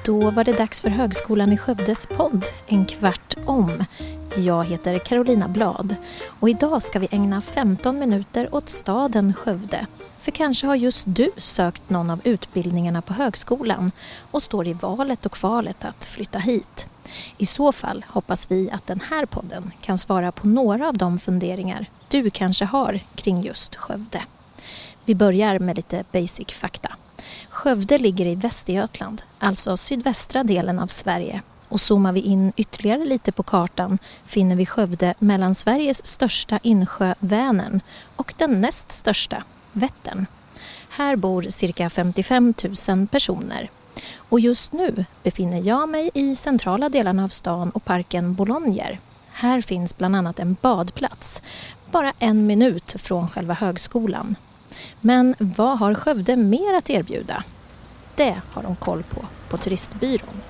Då var det dags för Högskolan i Skövdes podd, En kvart om. Jag heter Carolina Blad och idag ska vi ägna 15 minuter åt staden Skövde. För kanske har just du sökt någon av utbildningarna på högskolan och står i valet och kvalet att flytta hit. I så fall hoppas vi att den här podden kan svara på några av de funderingar du kanske har kring just Skövde. Vi börjar med lite basic fakta. Skövde ligger i Västergötland, alltså sydvästra delen av Sverige. Och zoomar vi in ytterligare lite på kartan finner vi Skövde mellan Sveriges största insjö Vänern och den näst största, Vättern. Här bor cirka 55 000 personer. Och just nu befinner jag mig i centrala delarna av stan och parken Bologner. Här finns bland annat en badplats, bara 1 minut från själva högskolan. Men vad har Skövde mer att erbjuda? Det har de koll på turistbyrån.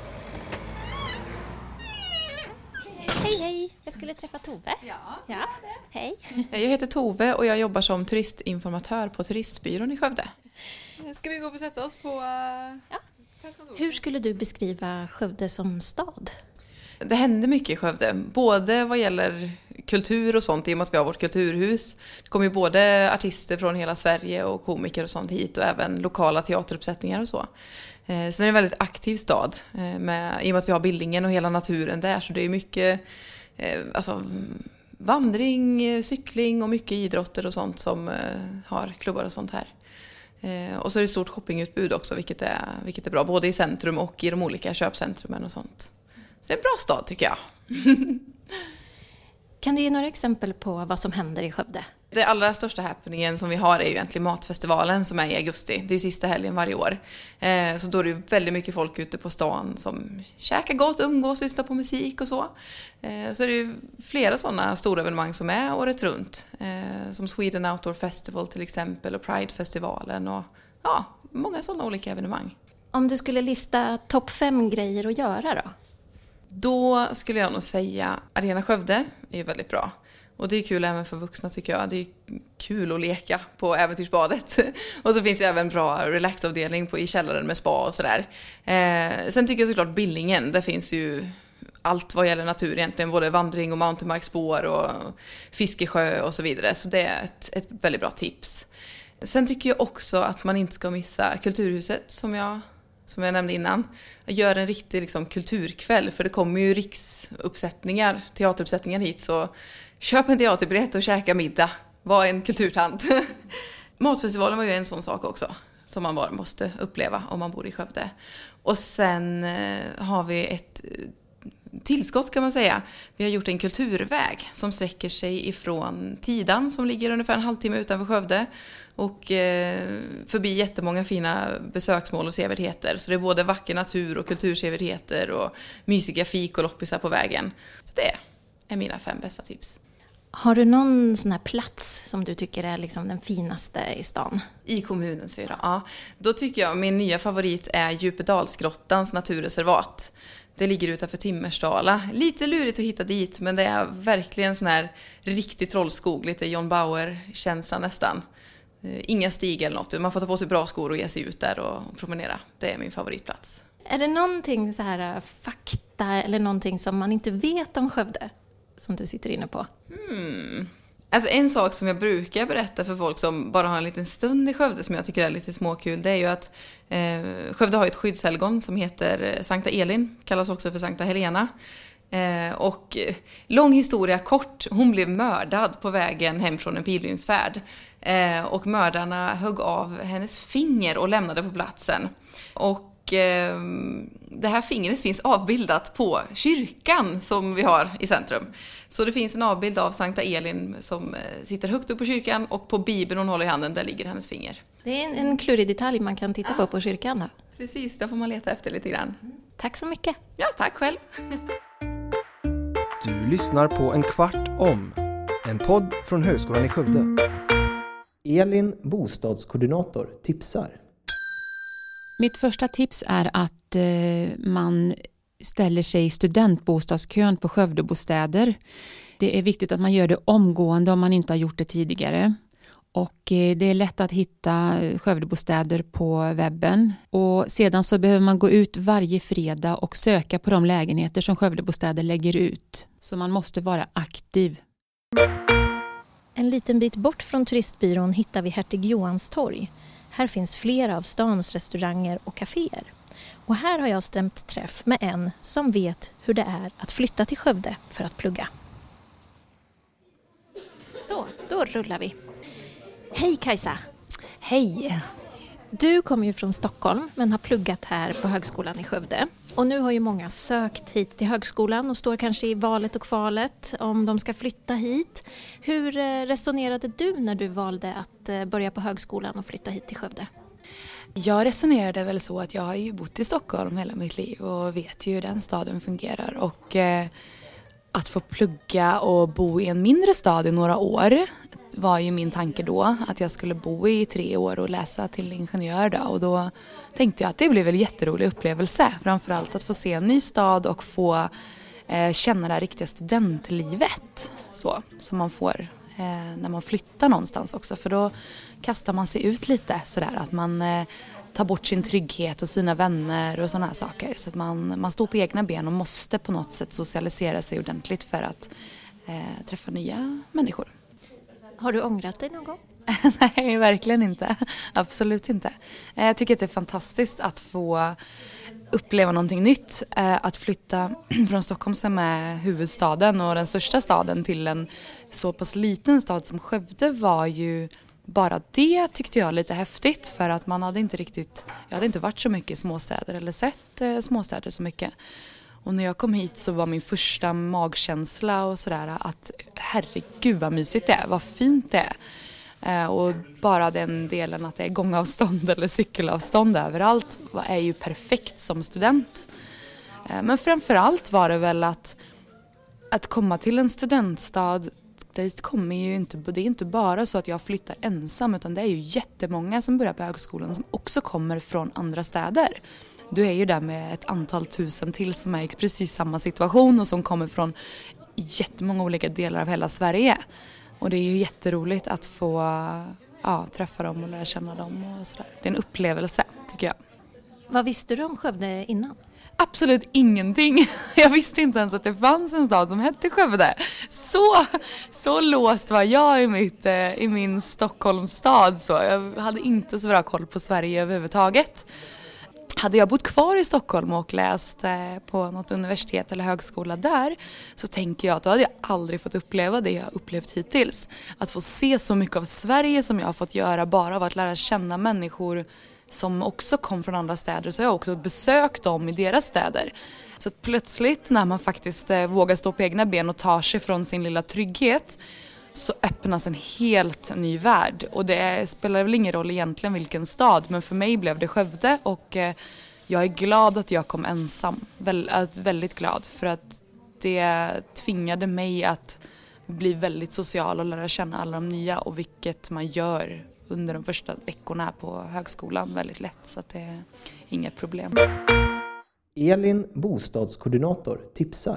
Hej, jag skulle träffa Tove. Ja. Hej. Jag heter Tove och jag jobbar som turistinformatör på turistbyrån i Skövde. Ska vi gå och sätta oss på... Ja. Hur skulle du beskriva Skövde som stad? Det händer mycket i Skövde, både vad gäller kultur och sånt, i och med att vi har vårt kulturhus. Det kommer ju både artister från hela Sverige och komiker och sånt hit, och även lokala teateruppsättningar och så. Så det är en väldigt aktiv stad, i och med att vi har Billingen och hela naturen där, så det är mycket vandring, cykling och mycket idrotter och sånt som har klubbar och sånt här. Och så är det stort shoppingutbud också, vilket är bra, både i centrum och i de olika köpcentrumen och sånt. Så det är en bra stad tycker jag. Kan du ge några exempel på vad som händer i Skövde? Det allra största happeningen som vi har är ju egentligen matfestivalen som är i augusti. Det är ju sista helgen varje år. Så då är det väldigt mycket folk ute på stan som käkar gott, umgås, lyssnar på musik och så. Så är det ju flera sådana stora evenemang som är året runt. Som Sweden Outdoor Festival till exempel och Pride-festivalen och ja, många sådana olika evenemang. Om du skulle lista topp 5 grejer att göra då? Då skulle jag nog säga Arena Skövde är ju väldigt bra. Och det är kul även för vuxna tycker jag. Det är kul att leka på äventyrsbadet. Och så finns ju även bra relaxavdelning i källaren med spa och sådär. Sen tycker jag såklart Billingen. Där finns ju allt vad gäller natur egentligen. Både vandring och mountainbikespår och fiskesjö och så vidare. Så det är ett väldigt bra tips. Sen tycker jag också att man inte ska missa Kulturhuset som jag nämnde innan. Jag gör en riktig kulturkväll, för det kommer ju riksuppsättningar, teateruppsättningar hit, så köp en teaterbiljett och käka middag. Var en kulturtant. Matfestivalen var ju en sån sak också som man bara måste uppleva om man bor i Skövde. Och sen har vi ett tillskott kan man säga. Vi har gjort en kulturväg som sträcker sig ifrån Tidan som ligger ungefär en halvtimme utanför Skövde och förbi jättemånga fina besöksmål och sevärdheter. Så det är både vacker natur och kultursevärdheter och mysiga fik och loppisar på vägen. Så det är mina 5 bästa tips. Har du någon sån här plats som du tycker är den finaste i stan? I kommunen så är det, ja. Då tycker jag min nya favorit är Djupedalsgrottans naturreservat. Det ligger utanför Timmersdala. Lite lurigt att hitta dit, men det är verkligen sån här riktig trollskog. Lite John Bauer-känsla nästan. Inga stigar eller något. Man får ta på sig bra skor och ge sig ut där och promenera. Det är min favoritplats. Är det någonting så här fakta eller någonting som man inte vet om Skövde som du sitter inne på? Alltså en sak som jag brukar berätta för folk som bara har en liten stund i Skövde som jag tycker är lite småkul, det är ju att Skövde har ett skyddshelgon som heter Sankta Elin, kallas också för Sankta Helena. Och lång historia kort, hon blev mördad på vägen hem från en pilgrimsfärd. Och mördarna högg av hennes finger och lämnade på platsen. Och det här fingret finns avbildat på kyrkan som vi har i centrum. Så det finns en avbild av Sankta Elin som sitter högt upp på kyrkan, och på Bibeln hon håller i handen, där ligger hennes finger. Det är en klurig detalj man kan titta på kyrkan då. Precis, där får man leta efter lite grann. Tack så mycket. Ja, tack själv. Du lyssnar på En kvart om, en podd från Högskolan i Skövde. Elin, bostadskoordinator, tipsar. Mitt första tips är att man ställer sig i studentbostadskön på Skövdebostäder. Det är viktigt att man gör det omgående om man inte har gjort det tidigare. Och det är lätt att hitta Skövdebostäder på webben. Och sedan så behöver man gå ut varje fredag och söka på de lägenheter som Skövdebostäder lägger ut. Så man måste vara aktiv. En liten bit bort från turistbyrån hittar vi Hertig Johans torg. Här finns flera av stans restauranger och kaféer. Och här har jag stämt träff med en som vet hur det är att flytta till Skövde för att plugga. Så, då rullar vi. Hej Kajsa! Hej! Du kommer ju från Stockholm men har pluggat här på högskolan i Skövde. Och nu har ju många sökt hit till högskolan och står kanske i valet och kvalet om de ska flytta hit. Hur resonerade du när du valde att börja på högskolan och flytta hit till Skövde? Jag resonerade väl så att jag har ju bott i Stockholm hela mitt liv och vet ju hur den staden fungerar. Och att få plugga och bo i en mindre stad i några år var ju min tanke då. Att jag skulle bo i 3 år och läsa till ingenjör då. Och då tänkte jag att det blev en jätterolig upplevelse. Framförallt att få se en ny stad och få känna det här riktiga studentlivet. Så, som man får när man flyttar någonstans också. För då kastar man sig ut lite sådär. Att man tar bort sin trygghet och sina vänner och sådana här saker. Så att man står på egna ben och måste på något sätt socialisera sig ordentligt för att träffa nya människor. Har du ångrat dig någon gång? Nej, verkligen inte. Absolut inte. Jag tycker att det är fantastiskt att få uppleva någonting nytt. Att flytta från Stockholm som är huvudstaden och den största staden till en så pass liten stad som Skövde var ju bara det tyckte jag lite häftigt. För att man hade inte riktigt, jag hade inte varit så mycket i småstäder eller sett småstäder så mycket. Och när jag kom hit så var min första magkänsla och sådär att herregud vad mysigt det är, vad fint det är. Och bara den delen att det är gångavstånd eller cykelavstånd överallt är ju perfekt som student. Men framförallt var det väl att komma till en studentstad, det kommer ju inte, det är inte bara så att jag flyttar ensam utan det är ju jättemånga som börjar på högskolan som också kommer från andra städer. Du är ju där med ett antal tusen till som är i precis samma situation och som kommer från jättemånga olika delar av hela Sverige. Och det är ju jätteroligt att få träffa dem och lära känna dem och sådär. Det är en upplevelse tycker jag. Vad visste du om Skövde innan? Absolut ingenting. Jag visste inte ens att det fanns en stad som hette Skövde. Så låst var jag i min Stockholmsstad. Så jag hade inte så bra koll på Sverige överhuvudtaget. Hade jag bott kvar i Stockholm och läst på något universitet eller högskola där så tänker jag att då hade jag aldrig fått uppleva det jag upplevt hittills. Att få se så mycket av Sverige som jag har fått göra bara av att lära känna människor som också kom från andra städer, så jag har också besökt dem i deras städer. Så att plötsligt när man faktiskt vågar stå på egna ben och tar sig från sin lilla trygghet så öppnas en helt ny värld. Och det spelar väl ingen roll egentligen vilken stad, men för mig blev det Skövde och jag är glad att jag kom ensam. Väldigt glad för att det tvingade mig att bli väldigt social och lära känna alla de nya, och vilket man gör under de första veckorna på högskolan väldigt lätt, så att det är inga problem. Elin, bostadskoordinator, tipsar.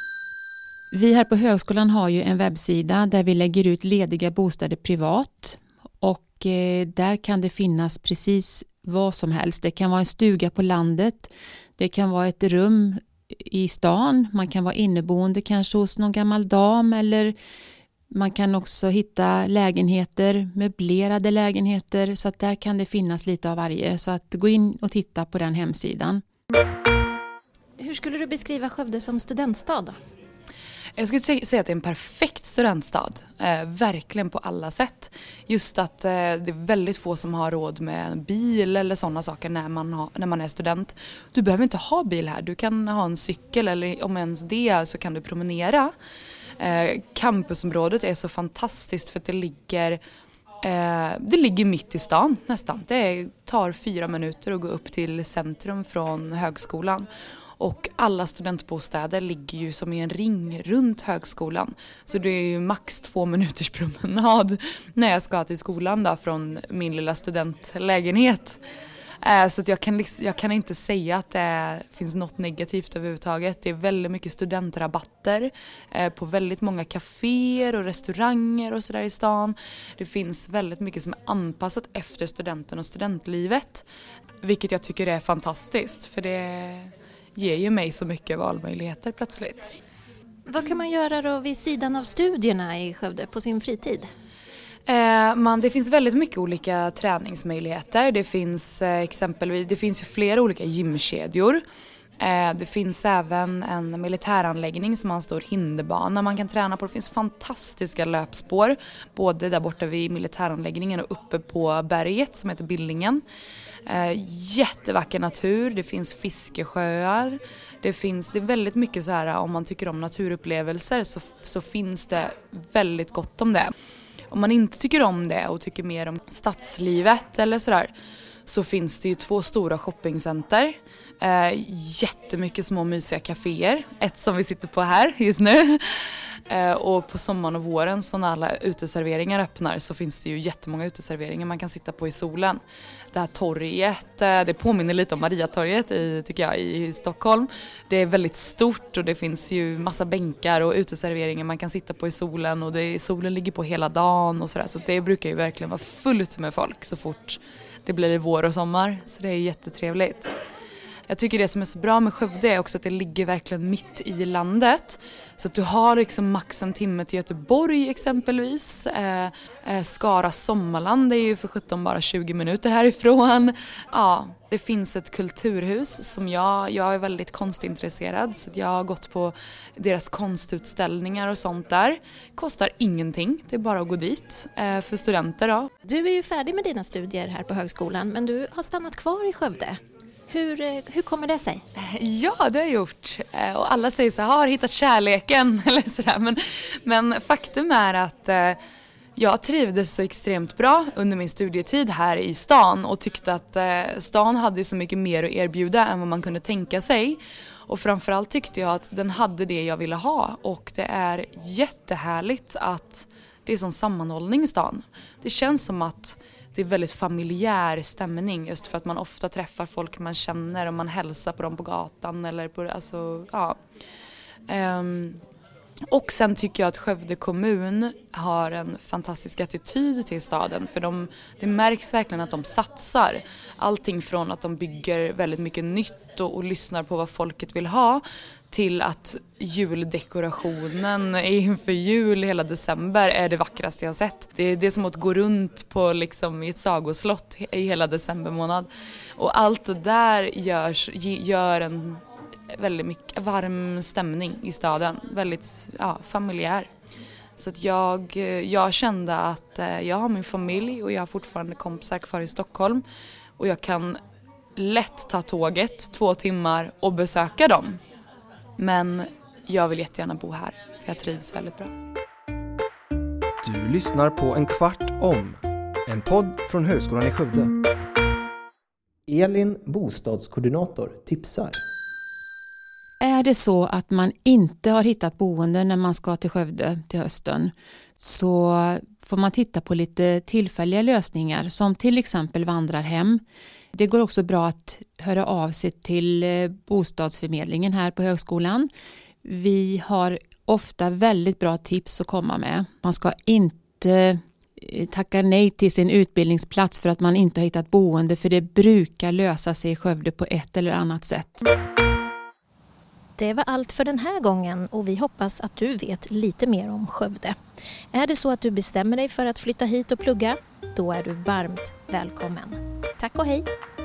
Vi här på högskolan har ju en webbsida där vi lägger ut lediga bostäder privat, och där kan det finnas precis vad som helst. Det kan vara en stuga på landet, det kan vara ett rum i stan, man kan vara inneboende kanske hos någon gammal dam, eller man kan också hitta lägenheter, möblerade lägenheter, så att där kan det finnas lite av varje. Så att gå in och titta på den hemsidan. Hur skulle du beskriva Skövde som studentstad då? Jag skulle säga att det är en perfekt studentstad, verkligen på alla sätt. Just att det är väldigt få som har råd med en bil eller sådana saker när man är student. Du behöver inte ha bil här, du kan ha en cykel, eller om ens det så kan du promenera. Campusområdet är så fantastiskt för att det ligger mitt i stan nästan. Det tar 4 minuter att gå upp till centrum från högskolan. Och alla studentbostäder ligger ju som i en ring runt högskolan. Så det är ju max 2 minuters promenad när jag ska till skolan då, från min lilla studentlägenhet. Så att jag kan inte säga att det finns något negativt överhuvudtaget. Det är väldigt mycket studentrabatter på väldigt många kaféer och restauranger och sådär i stan. Det finns väldigt mycket som är anpassat efter studenten och studentlivet. Vilket jag tycker är fantastiskt, för det ger ju mig så mycket valmöjligheter plötsligt. Vad kan man göra då vid sidan av studierna i Skövde på sin fritid? Det finns väldigt mycket olika träningsmöjligheter. Det finns exempelvis, det finns ju flera olika gymkedjor. Det finns även en militäranläggning som har en stor hinderbana man kan träna på. Det finns fantastiska löpspår, både där borta vid militäranläggningen och uppe på berget som heter Billingen. Jättevacker natur, det finns fiskesjöar. Det är väldigt mycket så här, om man tycker om naturupplevelser så finns det väldigt gott om det. Om man inte tycker om det och tycker mer om stadslivet eller sådär, så finns det ju 2 stora shoppingcenter. Jättemycket små mysiga kaféer. Ett som vi sitter på här just nu. Och på sommaren och våren så när alla uteserveringar öppnar så finns det ju jättemånga uteserveringar man kan sitta på i solen. Det här torget, det påminner lite om Mariatorget tycker jag, i Stockholm. Det är väldigt stort och det finns ju massa bänkar och uteserveringar man kan sitta på i solen. Och solen ligger på hela dagen och sådär. Så det brukar ju verkligen vara fullt med folk så fort det blir vår och sommar. Så det är jättetrevligt. Jag tycker det som är så bra med Skövde är också att det ligger verkligen mitt i landet. Så att du har liksom max en timme till Göteborg exempelvis. Skara Sommarland är ju för 17 bara 20 minuter härifrån. Ja, det finns ett kulturhus som jag är väldigt konstintresserad. Så att jag har gått på deras konstutställningar och sånt där. Kostar ingenting, det är bara att gå dit för studenter då. Du är ju färdig med dina studier här på högskolan, men du har stannat kvar i Skövde. Hur kommer det sig? Ja, det har jag gjort. Och alla säger så här, har hittat kärleken eller sådär. Men faktum är att jag trivdes så extremt bra under min studietid här i stan och tyckte att stan hade så mycket mer att erbjuda än vad man kunde tänka sig. Och framförallt tyckte jag att den hade det jag ville ha, och det är jättehärligt att det är sån sammanhållning i stan. Det känns som att det är väldigt familjär stämning, just för att man ofta träffar folk man känner och man hälsar på dem på gatan eller på, alltså, ja. Och sen tycker jag att Skövde kommun har en fantastisk attityd till staden, för det märks verkligen att de satsar. Allting från att de bygger väldigt mycket nytt och lyssnar på vad folket vill ha, till att juldekorationen inför jul hela december är det vackraste jag har sett. Det är som att gå runt på liksom i ett sagoslott i hela december månad. Och allt det där gör en väldigt mycket varm stämning i staden, väldigt familjär. Så att jag kände att jag har min familj och jag har fortfarande kompisar kvar i Stockholm, och jag kan lätt ta tåget 2 timmar och besöka dem. Men jag vill jättegärna bo här, för jag trivs väldigt bra. Du lyssnar på En kvart om, en podd från Högskolan i Skövde. Elin, bostadskoordinator, tipsar. Är det så att man inte har hittat boende när man ska till Skövde till hösten, så får man titta på lite tillfälliga lösningar, som till exempel vandrarhem. Det går också bra att höra av sig till bostadsförmedlingen här på högskolan. Vi har ofta väldigt bra tips att komma med. Man ska inte tacka nej till sin utbildningsplats för att man inte har hittat boende, för det brukar lösa sig i Skövde på ett eller annat sätt. Det var allt för den här gången, och vi hoppas att du vet lite mer om Skövde. Är det så att du bestämmer dig för att flytta hit och plugga, då är du varmt välkommen. Tack och hej!